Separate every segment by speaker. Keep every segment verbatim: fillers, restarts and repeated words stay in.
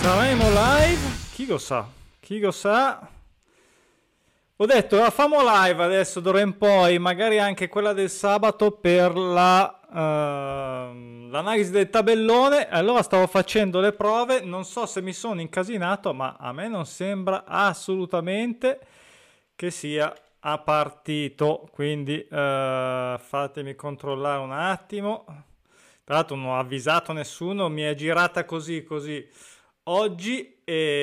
Speaker 1: Saremo live? Chi lo sa? Chi lo sa? Ho detto, la famo live adesso d'ora in poi, magari anche quella del sabato per la, ehm, l'analisi del tabellone. Allora stavo facendo le prove, non so se mi sono incasinato, ma a me non sembra assolutamente che sia a partito. Quindi eh, fatemi controllare un attimo. Tra l'altro non ho avvisato nessuno, mi è girata così così oggi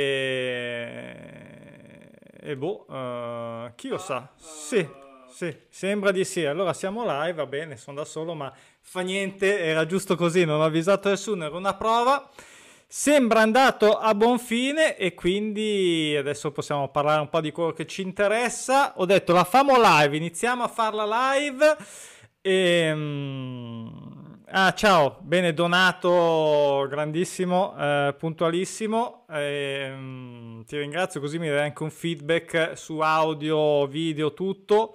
Speaker 1: e, e boh, eh, chi lo sa? Sì, sì, sembra di sì. Allora siamo live, va bene, sono da solo, ma fa niente, era giusto così, non ho avvisato nessuno, era una prova. Sembra andato a buon fine e quindi adesso possiamo parlare un po' di quello che ci interessa. Ho detto la famo live, iniziamo a farla live. E, ah, ciao, bene, Donato, grandissimo, eh, puntualissimo. E, ti ringrazio, così mi dai anche un feedback su audio, video, tutto.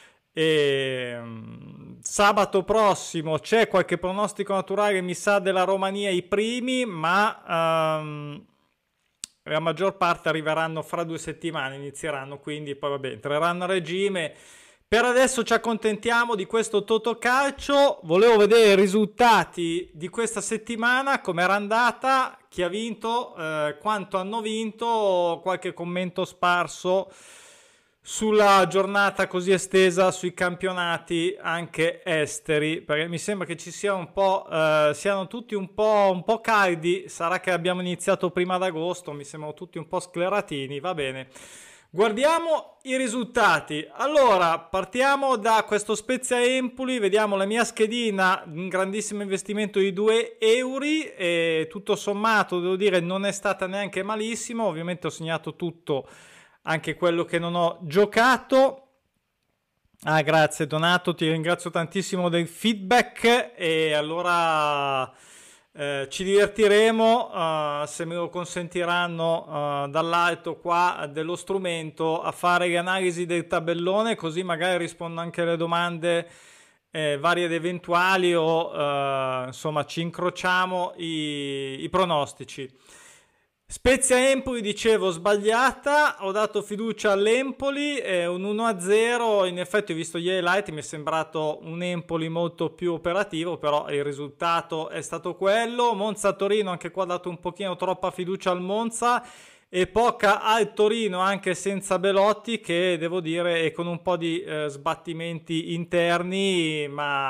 Speaker 1: E, sabato prossimo c'è qualche pronostico naturale, mi sa, della Romania i primi, ma um, la maggior parte arriveranno fra due settimane, inizieranno, quindi poi vabbè, entreranno a regime. Per adesso ci accontentiamo di questo Totocalcio. Volevo vedere i risultati di questa settimana, come era andata, chi ha vinto, eh, quanto hanno vinto, qualche commento sparso sulla giornata così estesa sui campionati anche esteri, perché mi sembra che ci sia un po', eh, siano tutti un po', un po' caldi. Sarà che abbiamo iniziato prima d'agosto, mi sembrano tutti un po' scleratini, va bene. Guardiamo i risultati. Allora, partiamo da questo Spezia Empoli, vediamo la mia schedina, un grandissimo investimento di due euro e tutto sommato, devo dire, non è stata neanche malissimo. Ovviamente ho segnato tutto, anche quello che non ho giocato. Ah, grazie Donato, ti ringrazio tantissimo del feedback e allora eh, ci divertiremo, uh, se me lo consentiranno, uh, dall'alto qua dello strumento a fare le analisi del tabellone, così magari rispondo anche alle domande eh, varie ed eventuali o uh, insomma ci incrociamo i, i pronostici. Spezia Empoli, dicevo, sbagliata, ho dato fiducia all'Empoli, eh, un uno a zero, in effetti ho visto gli highlight, mi è sembrato un Empoli molto più operativo, però il risultato è stato quello. Monza-Torino, anche qua ho dato un pochino troppa fiducia al Monza e poca al Torino, anche senza Belotti, che devo dire è con un po' di eh, sbattimenti interni,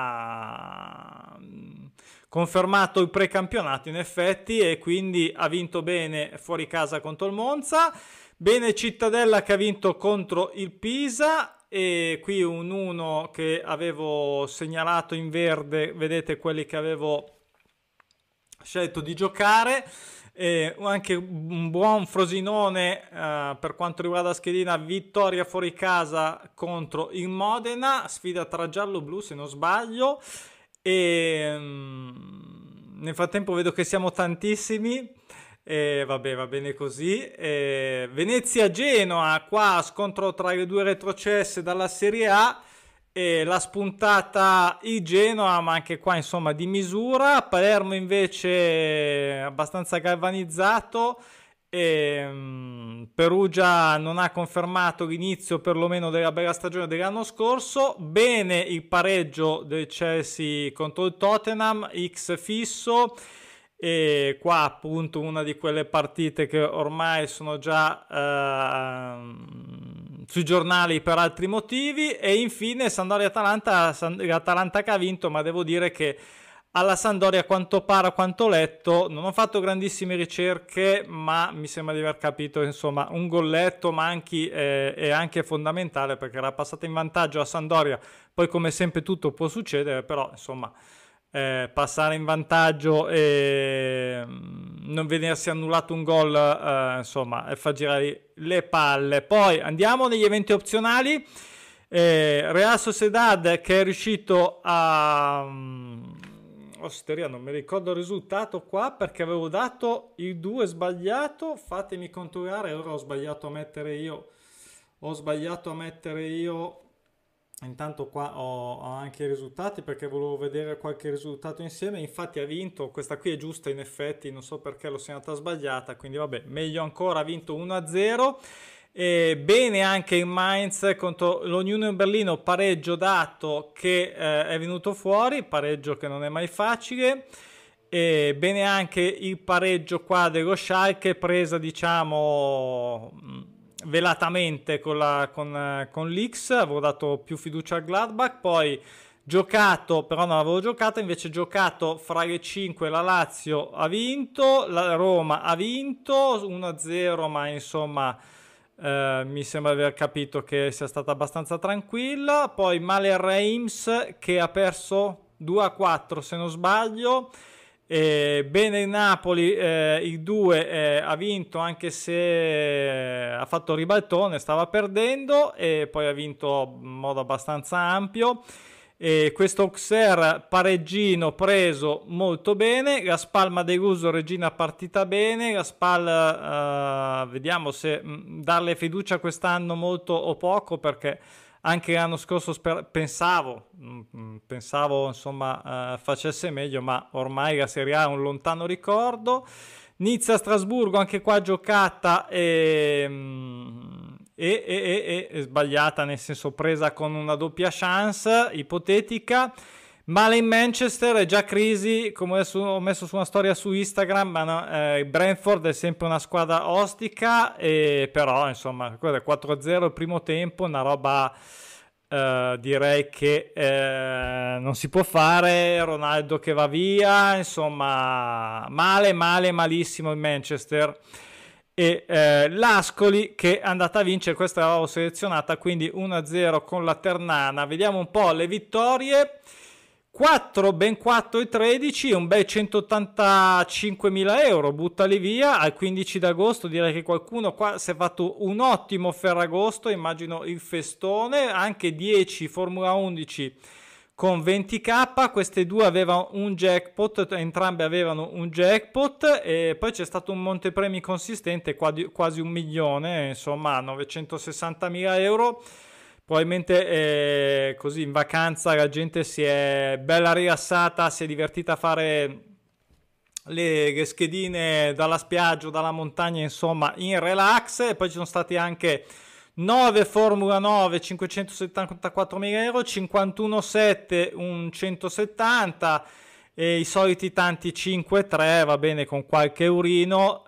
Speaker 1: ma confermato il precampionato in effetti, e quindi ha vinto bene fuori casa contro il Monza, bene Cittadella che ha vinto contro il Pisa, e qui un uno che avevo segnalato in verde, vedete quelli che avevo scelto di giocare. E anche un buon Frosinone eh, per quanto riguarda la schedina, vittoria fuori casa contro il Modena, sfida tra giallo-blu se non sbaglio. E um, nel frattempo vedo che siamo tantissimi e vabbè, va bene così. E Venezia-Genoa, qua scontro tra le due retrocesse dalla Serie A e la spuntata il Genoa, ma anche qua insomma di misura. Palermo invece abbastanza galvanizzato e um, Perugia non ha confermato l'inizio perlomeno della bella stagione dell'anno scorso. Bene il pareggio del Chelsea contro il Tottenham, X fisso, e qua appunto una di quelle partite che ormai sono già eh, sui giornali per altri motivi. E infine Sampdoria-Atalanta, l'Atalanta che ha vinto, ma devo dire che alla Sampdoria, a quanto pare, a quanto letto, non ho fatto grandissime ricerche, ma mi sembra di aver capito che insomma un golletto Manchi è, è anche fondamentale, perché era passata in vantaggio a Sampdoria. Poi come sempre tutto può succedere, però insomma eh, passare in vantaggio e non vedersi annullato un gol, eh, insomma, fa girare le palle. Poi andiamo negli eventi opzionali. eh, Real Sociedad che è riuscito a... Osteria, non mi ricordo il risultato qua perché avevo dato il due sbagliato, fatemi controllare. Ora ho sbagliato a mettere io ho sbagliato a mettere io Intanto qua ho, ho anche i risultati perché volevo vedere qualche risultato insieme. Infatti ha vinto, questa qui è giusta in effetti, non so perché l'ho segnata sbagliata, quindi vabbè, meglio ancora, ha vinto uno a zero. E bene anche il Mainz contro l'Unione Berlino, pareggio dato che eh, è venuto fuori, pareggio che non è mai facile. E bene anche il pareggio qua dello Schalke, presa diciamo velatamente con, la, con, con l'X, avevo dato più fiducia al Gladbach, poi giocato, però non avevo giocato, invece giocato fra le cinque la Lazio ha vinto, la Roma ha vinto uno a zero, ma insomma eh, mi sembra aver capito che sia stata abbastanza tranquilla. Poi male Reims che ha perso due a quattro se non sbaglio. E bene il Napoli, eh, il due eh, ha vinto anche se eh, ha fatto ribaltone, stava perdendo e poi ha vinto in modo abbastanza ampio. E questo Auxerre pareggino preso molto bene, la Spal m'ha deluso, Regina partita bene, la Spal eh, vediamo se mh, darle fiducia quest'anno molto o poco, perché anche l'anno scorso sper- pensavo, mh, pensavo insomma eh, facesse meglio, ma ormai la Serie A è un lontano ricordo. Nizza-Strasburgo, anche qua giocata e, mh, e, e, e, e sbagliata, nel senso presa con una doppia chance ipotetica. Male in Manchester, è già crisi, come adesso ho messo su una storia su Instagram, ma no, eh, il Brentford è sempre una squadra ostica, e però insomma quattro a zero il primo tempo, una roba eh, direi che eh, non si può fare, Ronaldo che va via, insomma male, male, malissimo il Manchester. E eh, l'Ascoli che è andata a vincere, questa l'avevo selezionata, quindi uno a zero con la Ternana. Vediamo un po' le vittorie. quattro, ben quattro e tredici, un bel centottantacinquemila euro, buttali via. Al quindici d'agosto direi che qualcuno qua si è fatto un ottimo Ferragosto, immagino il festone, anche dieci Formula undici con venti k, queste due avevano un jackpot, entrambe avevano un jackpot, e poi c'è stato un montepremi consistente, quasi, quasi un milione, insomma novecentosessantamila euro. Probabilmente eh, così in vacanza la gente si è bella rilassata, si è divertita a fare le, le schedine dalla spiaggia o dalla montagna, insomma in relax. E poi ci sono stati anche nove Formula nove, cinquecentosettantaquattromila euro, cinquantuno sette, un centosettanta, e i soliti tanti cinque tre, va bene, con qualche eurino.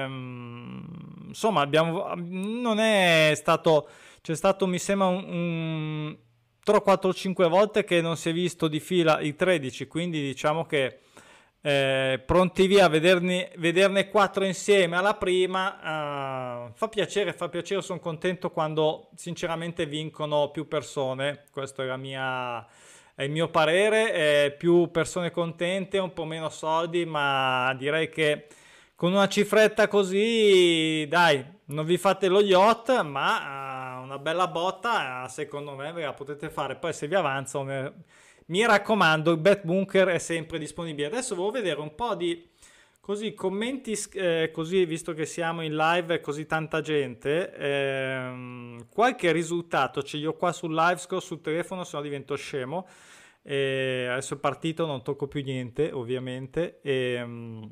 Speaker 1: Ehm, insomma abbiamo, non è stato... C'è stato, mi sembra, un, un tre quattro cinque volte che non si è visto di fila i tredici, quindi diciamo che eh, pronti via a vederne, vederne quattro insieme alla prima. Uh, fa piacere, fa piacere, sono contento quando sinceramente vincono più persone, questo è, la mia, è il mio parere, eh, più persone contente, un po' meno soldi, ma direi che con una cifretta così, dai, non vi fate lo yacht, ma uh, una bella botta, uh, secondo me ve la potete fare. Poi se vi avanza, me... mi raccomando, il Bet Bunker è sempre disponibile. Adesso volevo vedere un po' di così commenti, eh, così visto che siamo in live e così tanta gente, ehm, qualche risultato ce li ho qua sul live score sul telefono, se no divento scemo. E adesso è partito, non tocco più niente, ovviamente. E,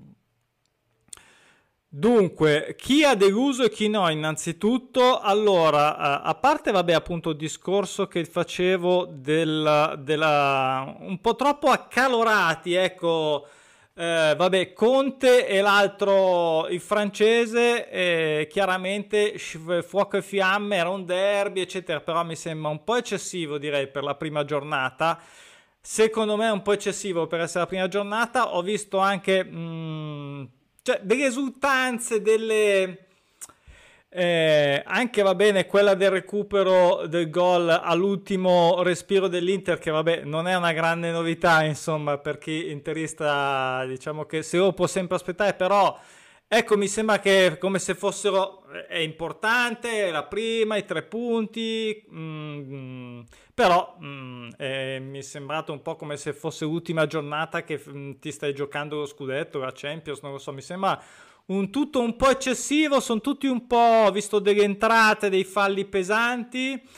Speaker 1: dunque, chi ha deluso e chi no, innanzitutto. Allora, a parte, vabbè, appunto il discorso che facevo del, della, un po' troppo accalorati, ecco, eh, vabbè, Conte e l'altro, il francese, eh, chiaramente fuoco e fiamme, era un derby, eccetera, però mi sembra un po' eccessivo, direi, per la prima giornata. Secondo me è un po' eccessivo per essere la prima giornata. Ho visto anche... Mh, cioè, delle esultanze, delle... Eh, anche va bene quella del recupero del gol all'ultimo respiro dell'Inter, che vabbè non è una grande novità insomma per chi interista, diciamo che se lo può sempre aspettare, però ecco, mi sembra che come se fossero, è importante la prima, i tre punti, mm, però mm, eh, mi è sembrato un po' come se fosse l'ultima giornata che mm, ti stai giocando lo scudetto, la Champions, non lo so, mi sembra un tutto un po' eccessivo, sono tutti un po', ho visto delle entrate, dei falli pesanti,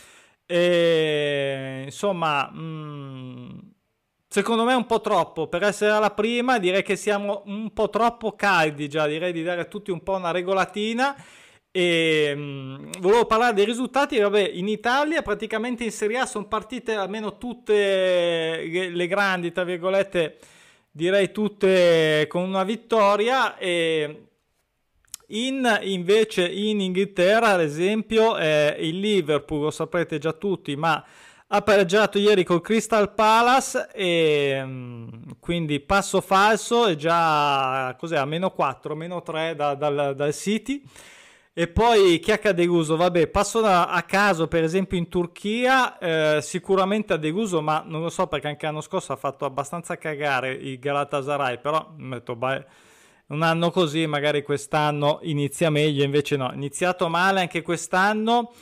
Speaker 1: E, insomma, mh, secondo me è un po' troppo per essere alla prima. Direi che siamo un po' troppo caldi già, direi di dare a tutti un po' una regolatina. E mh, volevo parlare dei risultati. Vabbè, in Italia praticamente in Serie A sono partite almeno tutte le le grandi, tra virgolette, direi tutte con una vittoria. E in, invece in Inghilterra, ad esempio, eh, il Liverpool, lo saprete già tutti, ma ha pareggiato ieri col Crystal Palace e mm, quindi passo falso, è già cos'è, a meno quattro, meno tre da- dal, dal City. E poi chi ha che ha deluso? Vabbè, passo da- a caso, per esempio in Turchia, eh, sicuramente ha deluso, ma non lo so perché anche l'anno scorso ha fatto abbastanza cagare il Galatasaray, però mi ho detto, beh, un anno così, magari quest'anno inizia meglio, invece no, è iniziato male anche quest'anno.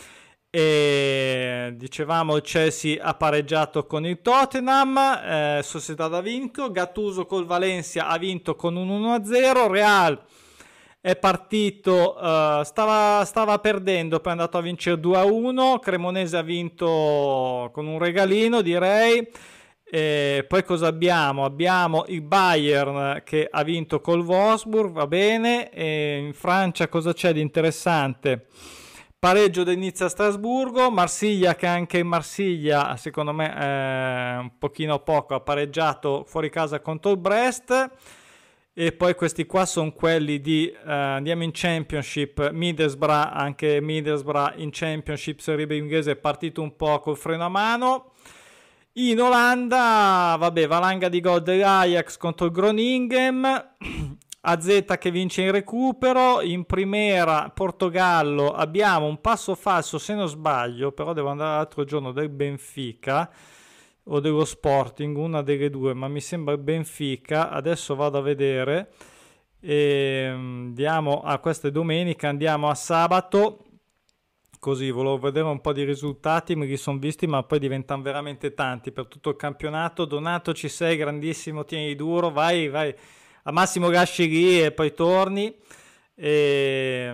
Speaker 1: E dicevamo il Chelsea ha pareggiato con il Tottenham, eh, Sociedad ha vinto, Gattuso col Valencia ha vinto con un uno a zero, Real è partito, eh, stava, stava perdendo, poi è andato a vincere due a uno, Cremonese ha vinto con un regalino direi. E poi cosa abbiamo? Abbiamo il Bayern che ha vinto col Wolfsburg, va bene. E in Francia cosa c'è di interessante? Pareggio del Nizza a Strasburgo, Marsiglia che anche in Marsiglia secondo me è un pochino poco, ha pareggiato fuori casa contro il Brest. E poi questi qua sono quelli di eh, andiamo in Championship, Middlesbrough, anche Middlesbrough in Championship Serie B inglese è partito un po' col freno a mano. In Olanda, vabbè, valanga di gol dell'Ajax contro il Groningen, A Z che vince in recupero. In Primera, Portogallo, abbiamo un passo falso se non sbaglio, però devo andare l'altro giorno, del Benfica o dello Sporting, una delle due, ma mi sembra il Benfica, adesso vado a vedere. E andiamo a queste domeniche, andiamo a sabato. Così volevo vedere un po' di risultati, me li sono visti, ma poi diventano veramente tanti per tutto il campionato. Donato, ci sei, grandissimo, tieni duro, vai, vai, a massimo lasci lì e poi torni. E...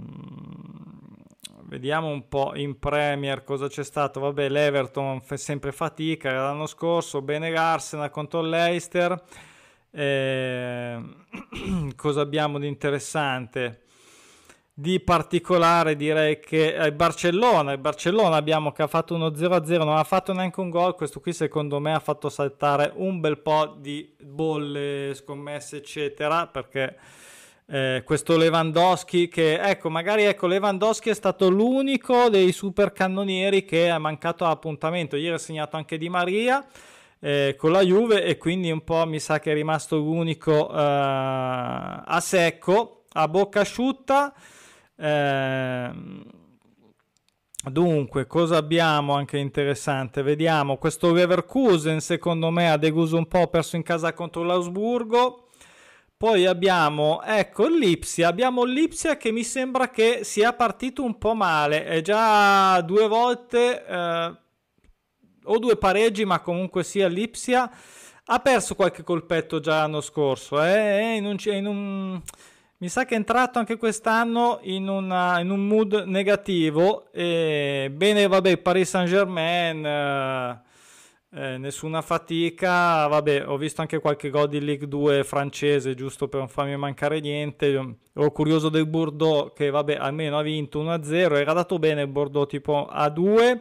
Speaker 1: vediamo un po' in Premier cosa c'è stato. Vabbè, l'Everton fa sempre fatica, era l'anno scorso, bene l'Arsenal contro l'Leicester. E... cosa abbiamo di interessante? Di particolare direi che il Barcellona, il Barcellona abbiamo che ha fatto uno zero a zero, non ha fatto neanche un gol, questo qui secondo me ha fatto saltare un bel po' di bolle, scommesse eccetera, perché eh, questo Lewandowski che, ecco, magari ecco, Lewandowski è stato l'unico dei super cannonieri che ha mancato all'appuntamento, ieri ha segnato anche Di Maria eh, con la Juve e quindi un po' mi sa che è rimasto l'unico eh, a secco, a bocca asciutta. Eh, dunque, cosa abbiamo anche interessante? Vediamo, questo Leverkusen secondo me ha deluso un po', ha perso in casa contro l'Augsburgo. Poi abbiamo, ecco, l'Ipsia, abbiamo l'Ipsia che mi sembra che sia partito un po' male, è già due volte eh, o due pareggi, ma comunque sia l'Ipsia ha perso qualche colpetto già l'anno scorso, eh, in un, in un mi sa che è entrato anche quest'anno in, una, in un mood negativo. E bene, vabbè, Paris Saint-Germain, eh, eh, nessuna fatica. Vabbè, ho visto anche qualche gol di Ligue due francese, giusto per non farmi mancare niente. Ero curioso del Bordeaux, che vabbè, almeno ha vinto uno a zero. Era dato bene il Bordeaux tipo a due.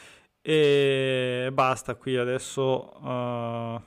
Speaker 1: E basta qui adesso. Uh,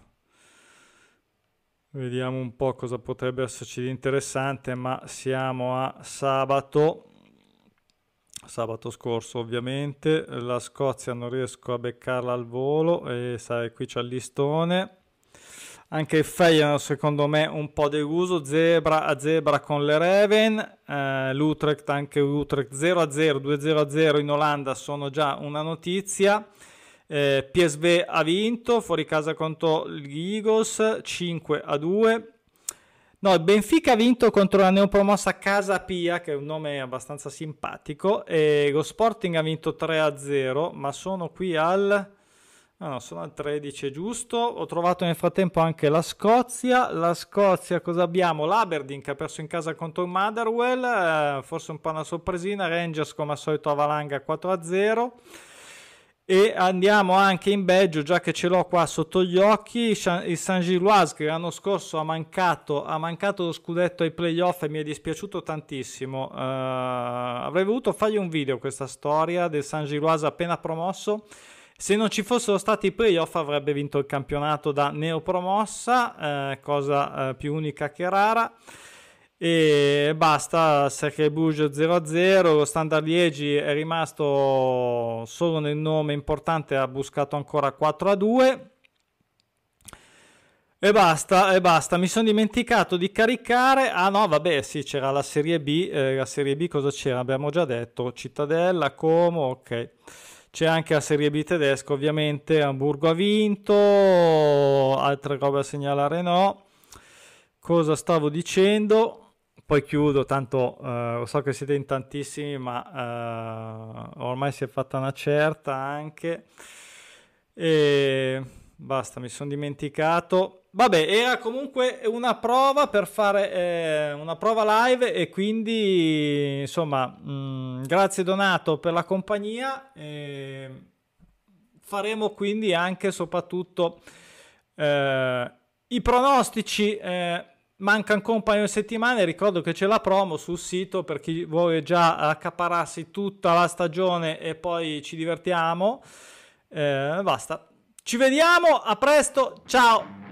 Speaker 1: Vediamo un po' cosa potrebbe esserci di interessante, ma siamo a sabato, sabato scorso ovviamente, la Scozia non riesco a beccarla al volo e sai, qui c'è il listone. Anche il Feyenoord secondo me un po' deluso, zebra a zebra con le Raven, eh, l'Utrecht anche l'Utrecht zero a zero, due a zero a zero in Olanda sono già una notizia. Eh, P S V ha vinto fuori casa contro gli Eagles cinque a due. No, il Benfica ha vinto contro la neopromossa Casa Pia, che è un nome abbastanza simpatico, e lo Sporting ha vinto tre a zero, ma sono qui al no, no, sono al tredici, giusto. Ho trovato nel frattempo anche la Scozia. La Scozia cosa abbiamo? L'Aberdeen che ha perso in casa contro il Motherwell, eh, forse un po' una sorpresina. Rangers come al solito a valanga quattro a zero. E andiamo anche in Belgio, già che ce l'ho qua sotto gli occhi, il Saint-Gilloise che l'anno scorso ha mancato, ha mancato lo scudetto ai playoff e mi è dispiaciuto tantissimo. Uh, avrei voluto fargli un video questa storia del Saint-Gilloise appena promosso. Se non ci fossero stati i playoff avrebbe vinto il campionato da neopromossa, eh, cosa eh, più unica che rara. E basta, Cercle Bruges zero a zero, lo Standard Liegi è rimasto solo nel nome importante, ha buscato ancora quattro a due. E basta, e basta, mi sono dimenticato di caricare, ah no vabbè sì c'era la Serie B, eh, la Serie B cosa c'era? Abbiamo già detto, Cittadella, Como, ok. C'è anche la Serie B tedesca, ovviamente, Hamburgo ha vinto, altre robe da segnalare no. Cosa stavo dicendo? Poi chiudo, tanto eh, lo so che siete in tantissimi, ma eh, ormai si è fatta una certa anche. E basta, mi sono dimenticato. Vabbè, era comunque una prova per fare eh, una prova live e quindi, insomma, mh, grazie Donato per la compagnia. E faremo quindi anche e soprattutto eh, i pronostici. Eh, manca ancora un paio di settimane, ricordo che c'è la promo sul sito per chi vuole già accaparrarsi tutta la stagione e poi ci divertiamo. Eh, basta. Ci vediamo, a presto, ciao!